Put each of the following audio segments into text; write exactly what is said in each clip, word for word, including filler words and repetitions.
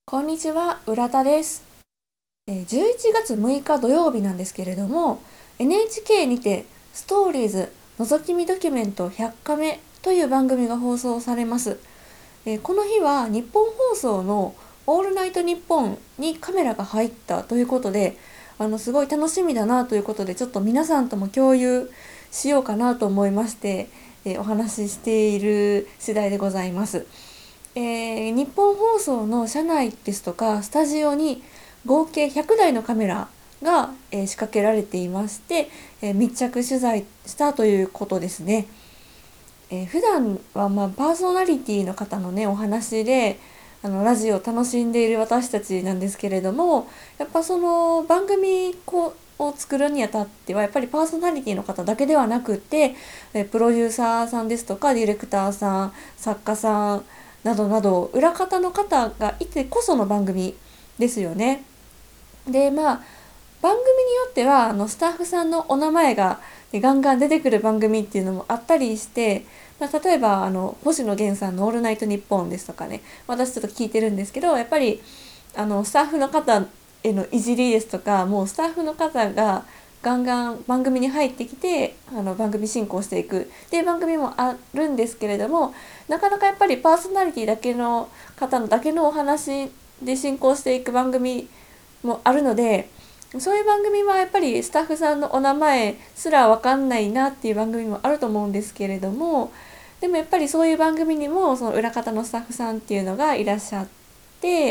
こんにちは、浦田です。えーじゅういちがつむいか土曜日なんですけれども、エヌエイチケー にてストーリーズ覗き見ドキュメントひゃっカメという番組が放送されます。えーこの日は日本放送のオールナイトニッポンにカメラが入ったということで、あのすごい楽しみだなということで、ちょっと皆さんとも共有しようかなと思いまして、えーお話ししている次第でございます。えー日本放送の社内ですとかスタジオに合計ひゃくだいのカメラが、えー仕掛けられていまして、えー密着取材したということですね。えー普段は、まあ、パーソナリティの方のねお話であのラジオを楽しんでいる私たちなんですけれども、やっぱその番組こうを作るにあたってはやっぱりパーソナリティの方だけではなくて、えプロデューサーさんですとかディレクターさん、作家さんなどなど裏方の方がいてこその番組ですよね。でまあ番組によってはあのスタッフさんのお名前がガンガン出てくる番組っていうのもあったりして、まあ、例えばあの星野源さんの「オールナイトニッポン」ですとかね、私ちょっと聞いてるんですけど、やっぱりあのスタッフの方へのいじりですとか、もうスタッフの方がガンガン番組に入ってきてあの番組進行していくっていう番組もあるんですけれども、なかなかやっぱりパーソナリティだけの方のだけのお話で進行していく番組もあるので、そういう番組はやっぱりスタッフさんのお名前すら分かんないなっていう番組もあると思うんですけれども、でもやっぱりそういう番組にもその裏方のスタッフさんっていうのがいらっしゃって、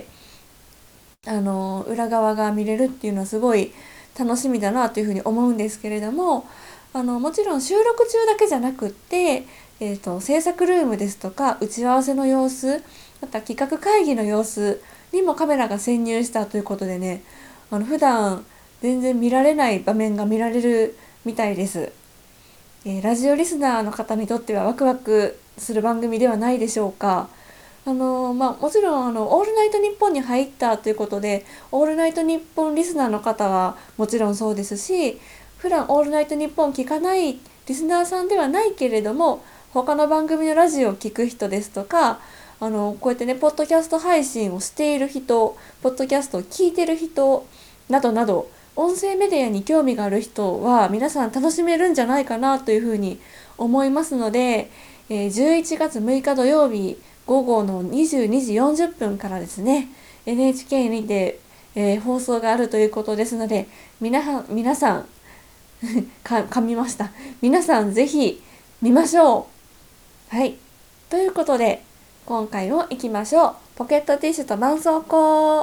あの裏側が見れるっていうのはすごい楽しみだなというふうに思うんですけれども、あのもちろん収録中だけじゃなくって、えーと、制作ルームですとか打ち合わせの様子、また企画会議の様子にもカメラが潜入したということでね、あの普段全然見られない場面が見られるみたいです。えーラジオリスナーの方にとってはワクワクする番組ではないでしょうか。あのーまあ、もちろんあのオールナイトニッポンに入ったということで、オールナイトニッポンリスナーの方はもちろんそうですし、普段オールナイトニッポン聞かないリスナーさんではないけれども、他の番組のラジオを聞く人ですとか、あのこうやってねポッドキャスト配信をしている人、ポッドキャストを聞いている人などなど、音声メディアに興味がある人は皆さん楽しめるんじゃないかなというふうに思いますので、えーじゅういちがつむいか土曜日午後のにじゅうにじよんじゅっぷんからですね、 エヌエイチケー にて、えー放送があるということですので、皆さん皆さんか噛みました皆さんぜひ見ましょう。はい、ということで今回も行きましょう。ポケットティッシュと絆創膏。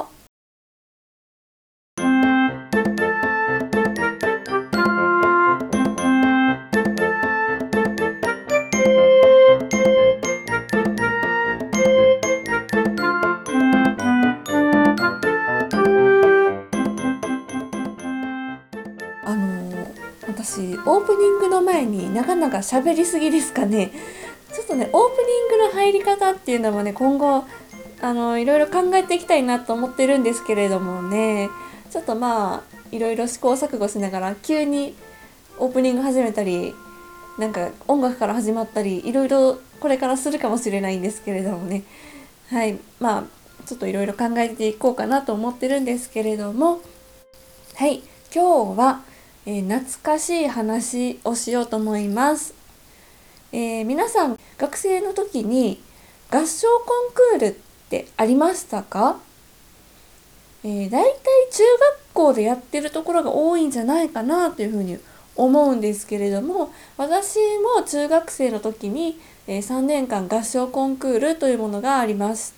あのー私オープニングの前になかなか喋りすぎですかね。ちょっとねオープニングの入り方っていうのもね、今後あのいろいろ考えていきたいなと思ってるんですけれどもね、ちょっとまあいろいろ試行錯誤しながら急にオープニング始めたり、なんか音楽から始まったり、いろいろこれからするかもしれないんですけれどもね。はい、まあちょっといろいろ考えていこうかなと思ってるんですけれども、はい、今日は、えー懐かしい話をしようと思います。えー皆さん学生の時に合唱コンクールってありましたか？えー、大体中学校でやってるところが多いんじゃないかなというふうに思うんですけれども、私も中学生の時に、えーさんねんかん合唱コンクールというものがありました。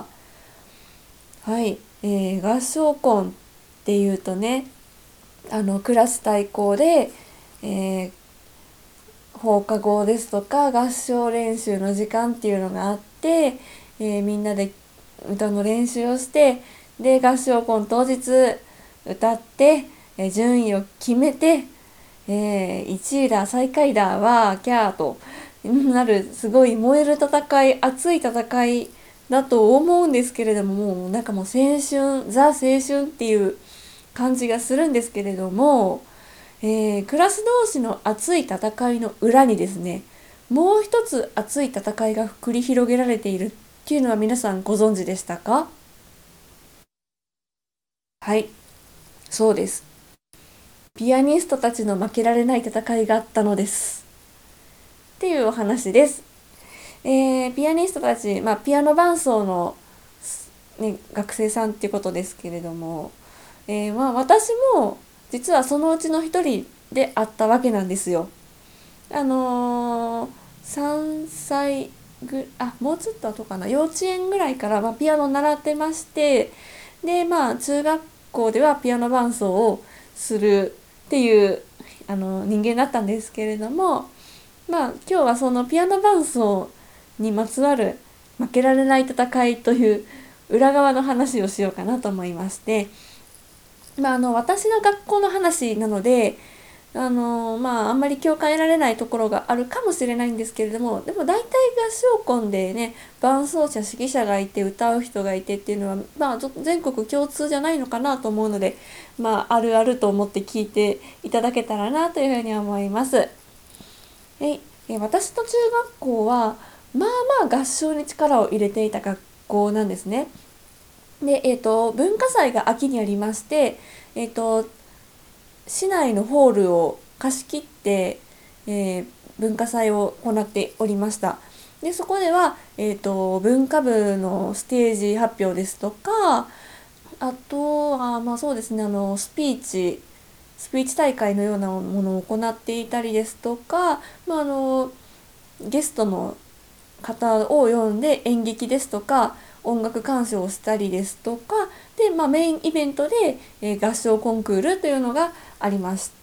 はい、えー合唱コンっていうとね、あのクラス対抗で、えー放課後ですとか合唱練習の時間っていうのがあって、えーみんなで歌の練習をして、で合唱コン当日歌って、えー順位を決めて、えーいちいだ最下位だわーキャーとなる、すごい燃える戦い、熱い戦いだと思うんですけれども、もうなんかもう青春ザ青春っていう感じがするんですけれども、えークラス同士の熱い戦いの裏にですね、もう一つ熱い戦いが繰り広げられているっていうのは皆さんご存知でしたか？ はい、そうです。ピアニストたちの負けられない戦いがあったのです。っていうお話です。えーピアニストたち、まあ、ピアノ伴奏の、ね、学生さんっていうことですけれども、えーまあ、私も実はそのうちの一人であったわけなんですよ。あのー、さんさいぐあもうちょっと後かな、幼稚園ぐらいから、まあ、ピアノ習ってまして、でまあ中学校ではピアノ伴奏をするっていうあの人間だったんですけれども、まあ今日はそのピアノ伴奏にまつわる負けられない戦いという裏側の話をしようかなと思いまして、まあ、あの私の学校の話なので、あのまああんまり共感得られないところがあるかもしれないんですけれども、でも大体合唱コンでね、伴奏者指揮者がいて歌う人がいてっていうのは、まあ、全国共通じゃないのかなと思うので、まあ、あるあると思って聞いていただけたらなというふうに思います。え私の中学校はまあまあ合唱に力を入れていた学校なんですね。で、えーと、文化祭が秋にありまして、えーと、市内のホールを貸し切って、えー文化祭を行っておりました。でそこでは、えーと、文化部のステージ発表ですとか、あとはまあそうですね、あのスピーチスピーチ大会のようなものを行っていたりですとか、まあ、あのゲストの方を呼んで演劇ですとか音楽鑑賞をしたりですとかで、まあ、メインイベントで、えー合唱コンクールというのがありました。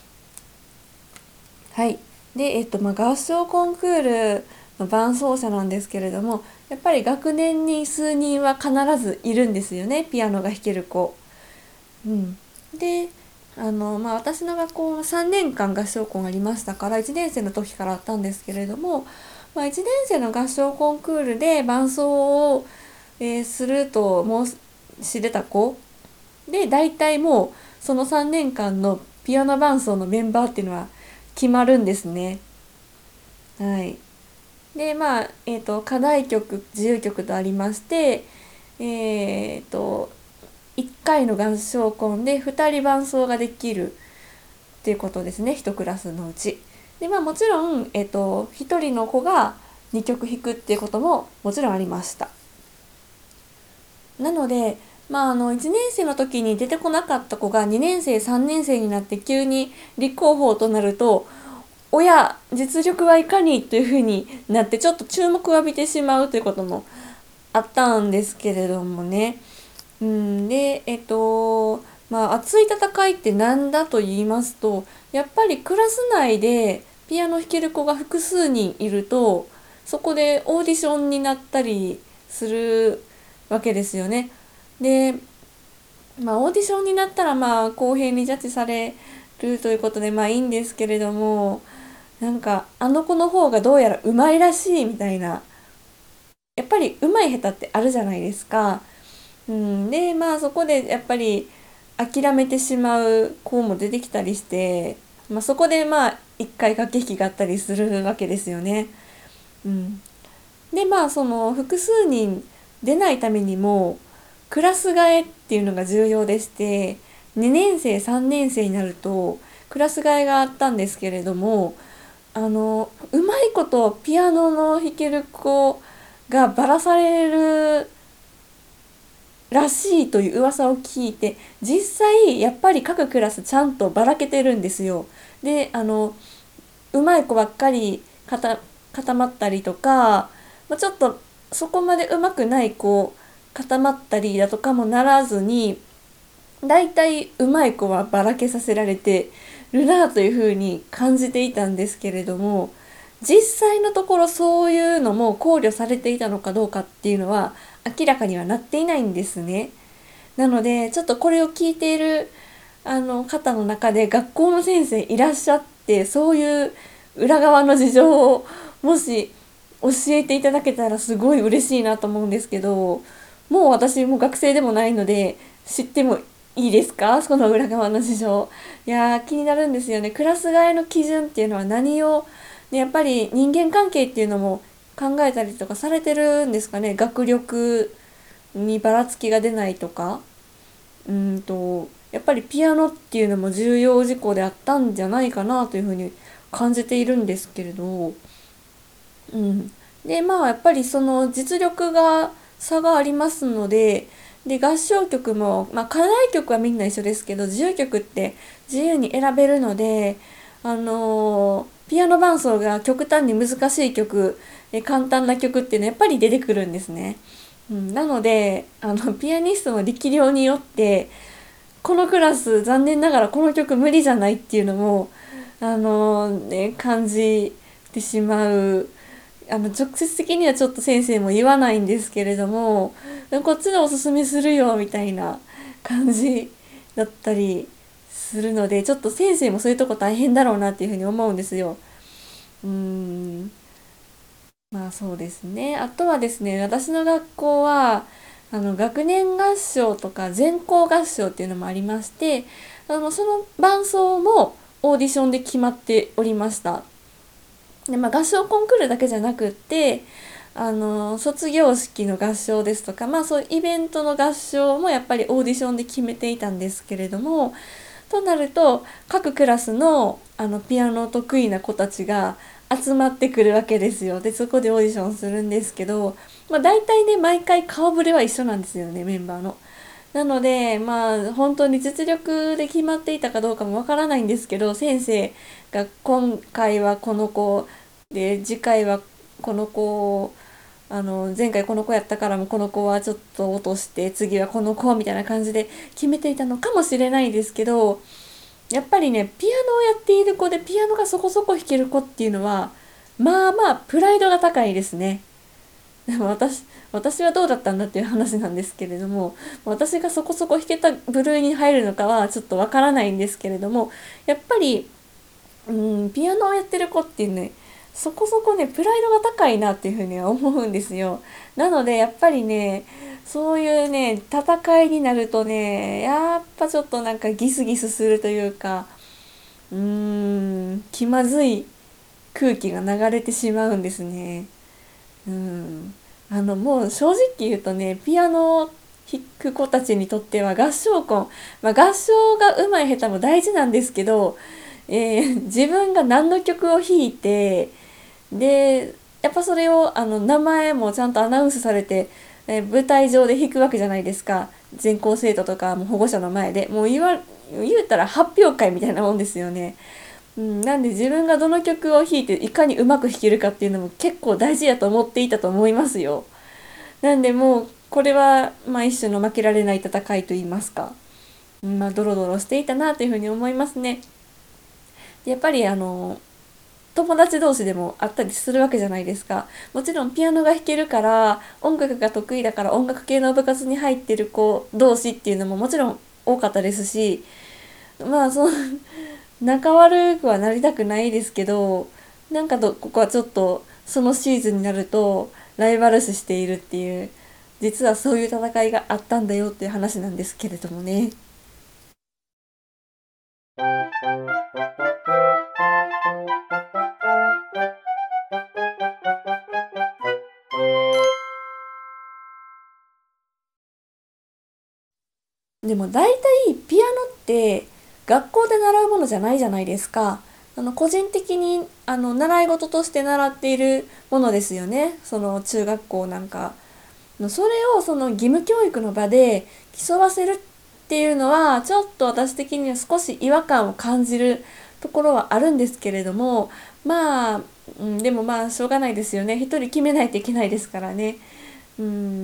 はい。で、えっとまあ、合唱コンクールの伴奏者なんですけれども、やっぱり学年に数人は必ずいるんですよね、ピアノが弾ける子。うん、であの、まあ、私の学校はさんねんかん合唱コンありましたからいちねん生の時からあったんですけれども、まあ、いちねん生の合唱コンクールで伴奏を、えーすると申し出た子で大体もうそのさんねんかんのピアノ伴奏のメンバーっていうのは決まるんですね。はい。でまあ、えーと、課題曲自由曲とありまして、えーといっかいの合唱コンでふたり伴奏ができるっていうことですね、いちクラスのうち。でまあもちろん、えっと、ひとりの子がにきょく弾くっていうことももちろんありました。なので、まあ、あのいちねん生の時に出てこなかった子がにねん生さんねん生になって急に立候補となると、親実力はいかにというふうになってちょっと注目を浴びてしまうということもあったんですけれどもね。うん、でえっとまあ熱い戦いって何だと言いますと、やっぱりクラス内でピアノ弾ける子が複数人いるとそこでオーディションになったりするわけですよね。で、まあ、オーディションになったらまあ公平にジャッジされるということでまあいいんですけれども、なんかあの子の方がどうやら上手いらしいみたいな、やっぱり上手い下手ってあるじゃないですか。うん、でまあそこでやっぱり諦めてしまう子も出てきたりして、まあ、そこでまあ一回駆け引きがあったりするわけですよね。うん、でまあその複数人出ないためにもクラス替えっていうのが重要でして、にねん生さんねん生になるとクラス替えがあったんですけれども、あのうまいことピアノの弾ける子がばらされるらしいという噂を聞いて、実際やっぱり各クラスちゃんとばらけてるんですよ。であのうまい子ばっかり固固まったりとか、まあ、ちょっとそこまでうまくない子固まったりだとかもならずに、だいたいうまい子はばらけさせられてるなというふうに感じていたんですけれども、実際のところそういうのも考慮されていたのかどうかっていうのは明らかにはなっていないんですね。なのでちょっとこれを聞いているあの方の中で学校の先生いらっしゃって、そういう裏側の事情をもし教えていただけたらすごい嬉しいなと思うんですけど、もう私も学生でもないので知ってもいいですか、その裏側の事情。いやー気になるんですよね。クラス替えの基準っていうのは何を、ね、やっぱり人間関係っていうのも考えたりとかされてるんですかね。学力にばらつきが出ないとか。 うんとやっぱりピアノっていうのも重要事項であったんじゃないかなというふうに感じているんですけれど、うん、でまあやっぱりその実力が差がありますので、で合唱曲も、まあ、課題曲はみんな一緒ですけど自由曲って自由に選べるので、あのーピアノ伴奏が極端に難しい曲、え簡単な曲っていうのはやっぱり出てくるんですね。うん、なのであのピアニストの力量によってこのクラス残念ながらこの曲無理じゃないっていうのもあの、ね、感じてしまう。あの直接的にはちょっと先生も言わないんですけれども、こっちでおすすめするよみたいな感じだったりするので、ちょっと先生もそういうとこ大変だろうなっていうふうに思うんですよ。うーんまあそうですね。あとはですね、私の学校はあの学年合唱とか全校合唱っていうのもありまして、あのその伴奏もオーディションで決まっておりました。で、まあ、合唱コンクールだけじゃなくって、あの卒業式の合唱ですとか、まあ、そういうイベントの合唱もやっぱりオーディションで決めていたんですけれども、となると各クラスの、あのピアノ得意な子たちが集まってくるわけですよ。でそこでオーディションするんですけど、まあ、大体ね毎回顔ぶれは一緒なんですよね、メンバーの。なのでまあ本当に実力で決まっていたかどうかもわからないんですけど、先生が今回はこの子で次回はこの子、あの前回この子やったからもこの子はちょっと落として次はこの子みたいな感じで決めていたのかもしれないですけど、やっぱりねピアノをやっている子でピアノがそこそこ弾ける子っていうのはまあまあプライドが高いですね。でも私私はどうだったんだっていう話なんですけれども、私がそこそこ弾けた部類に入るのかはちょっとわからないんですけれども、やっぱりうんピアノをやってる子っていうね、そこそこねプライドが高いなっていうふうには思うんですよ。なのでやっぱりねそういうね戦いになるとねやっぱちょっとなんかギスギスするというか、うーん気まずい空気が流れてしまうんですね。うんあのもう正直言うとね、ピアノを弾く子たちにとっては合唱コン、まあ、合唱が上手い下手も大事なんですけど、えー自分が何の曲を弾いて、でやっぱそれをあの名前もちゃんとアナウンスされて、えー舞台上で弾くわけじゃないですか。全校生徒とかもう保護者の前でもう言わ言うたら発表会みたいなもんですよね。うん、なんで自分がどの曲を弾いていかにうまく弾けるかっていうのも結構大事やと思っていたと思いますよ。なんでもうこれはまあ一種の負けられない戦いと言いますか、うん、まあドロドロしていたなというふうに思いますね。でやっぱりあの友達同士でもあったりするわけじゃないですか。もちろんピアノが弾けるから音楽が得意だから音楽系の部活に入ってる子同士っていうのももちろん多かったですし、まあその仲悪くはなりたくないですけど、なんかとここはちょっとそのシーズンになるとライバル視しているっていう、実はそういう戦いがあったんだよっていう話なんですけれどもね。でも大体ピアノって学校で習うものじゃないじゃないですか。あの個人的にあの習い事として習っているものですよね。その中学校なんかそれをその義務教育の場で競わせるっていうのはちょっと私的には少し違和感を感じるところはあるんですけれども、まあ、うん、でもまあしょうがないですよね。一人決めないといけないですからね。うん、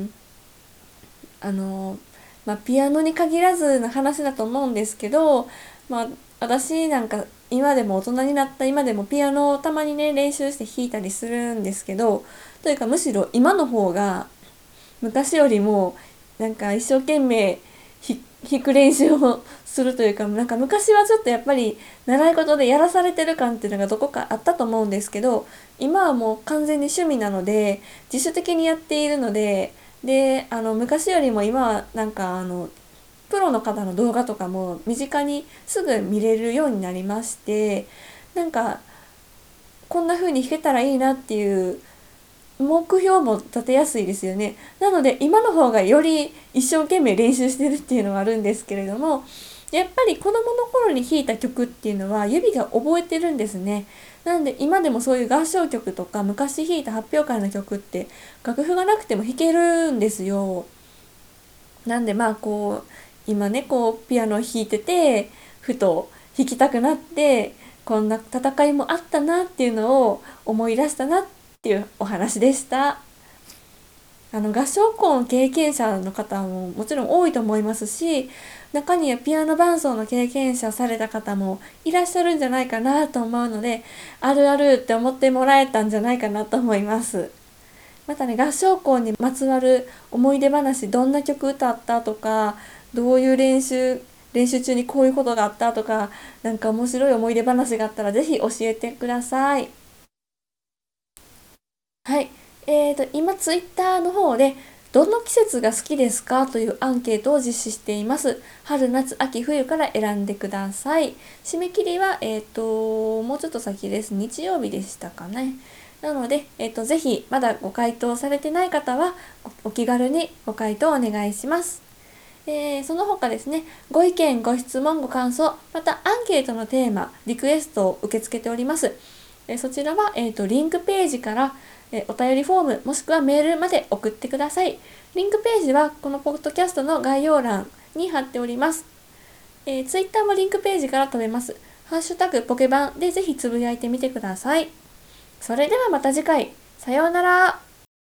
あの、まあ、ピアノに限らずの話だと思うんですけど、まあ、私なんか今でも大人になった今でもピアノをたまにね練習して弾いたりするんですけど、というかむしろ今の方が昔よりもなんか一生懸命弾く練習をするというか、なんか昔はちょっとやっぱり習い事でやらされてる感っていうのがどこかあったと思うんですけど、今はもう完全に趣味なので自主的にやっているので、であの昔よりも今はなんかあのプロの方の動画とかも身近にすぐ見れるようになりまして、なんかこんな風に弾けたらいいなっていう目標も立てやすいですよね。なので今の方がより一生懸命練習してるっていうのはあるんですけれども、やっぱり子どもの頃に弾いた曲っていうのは指が覚えてるんですね。なので今でもそういう合唱曲とか昔弾いた発表会の曲って楽譜がなくても弾けるんですよ。なんでまあこう今ねこうピアノを弾いててふと弾きたくなってこんな戦いもあったなっていうのを思い出したなっていうお話でした。あの合唱コン経験者の方ももちろん多いと思いますし、中にはピアノ伴奏の経験者された方もいらっしゃるんじゃないかなと思うので、あるあるって思ってもらえたんじゃないかなと思います。またね、合唱コンにまつわる思い出話、どんな曲歌ったとか、どういう練習練習中にこういうことがあったとか、なんか面白い思い出話があったらぜひ教えてください。はい、えーと、今ツイッターの方でどの季節が好きですかというアンケートを実施しています。春、夏、秋、冬から選んでください。締め切りは、えーと、もうちょっと先です。日曜日でしたかね。なので、えーと、ぜひまだご回答されてない方はお気軽にご回答お願いします。えーその他ですね、ご意見、ご質問、ご感想、またアンケートのテーマ、リクエストを受け付けております。えーそちらは、えーと、リンクページから、えーお便りフォーム、もしくはメールまで送ってください。リンクページはこのポッドキャストの概要欄に貼っております。えー、ツイッターもリンクページから飛べます。ハッシュタグポケバンでぜひつぶやいてみてください。それではまた次回。さようなら。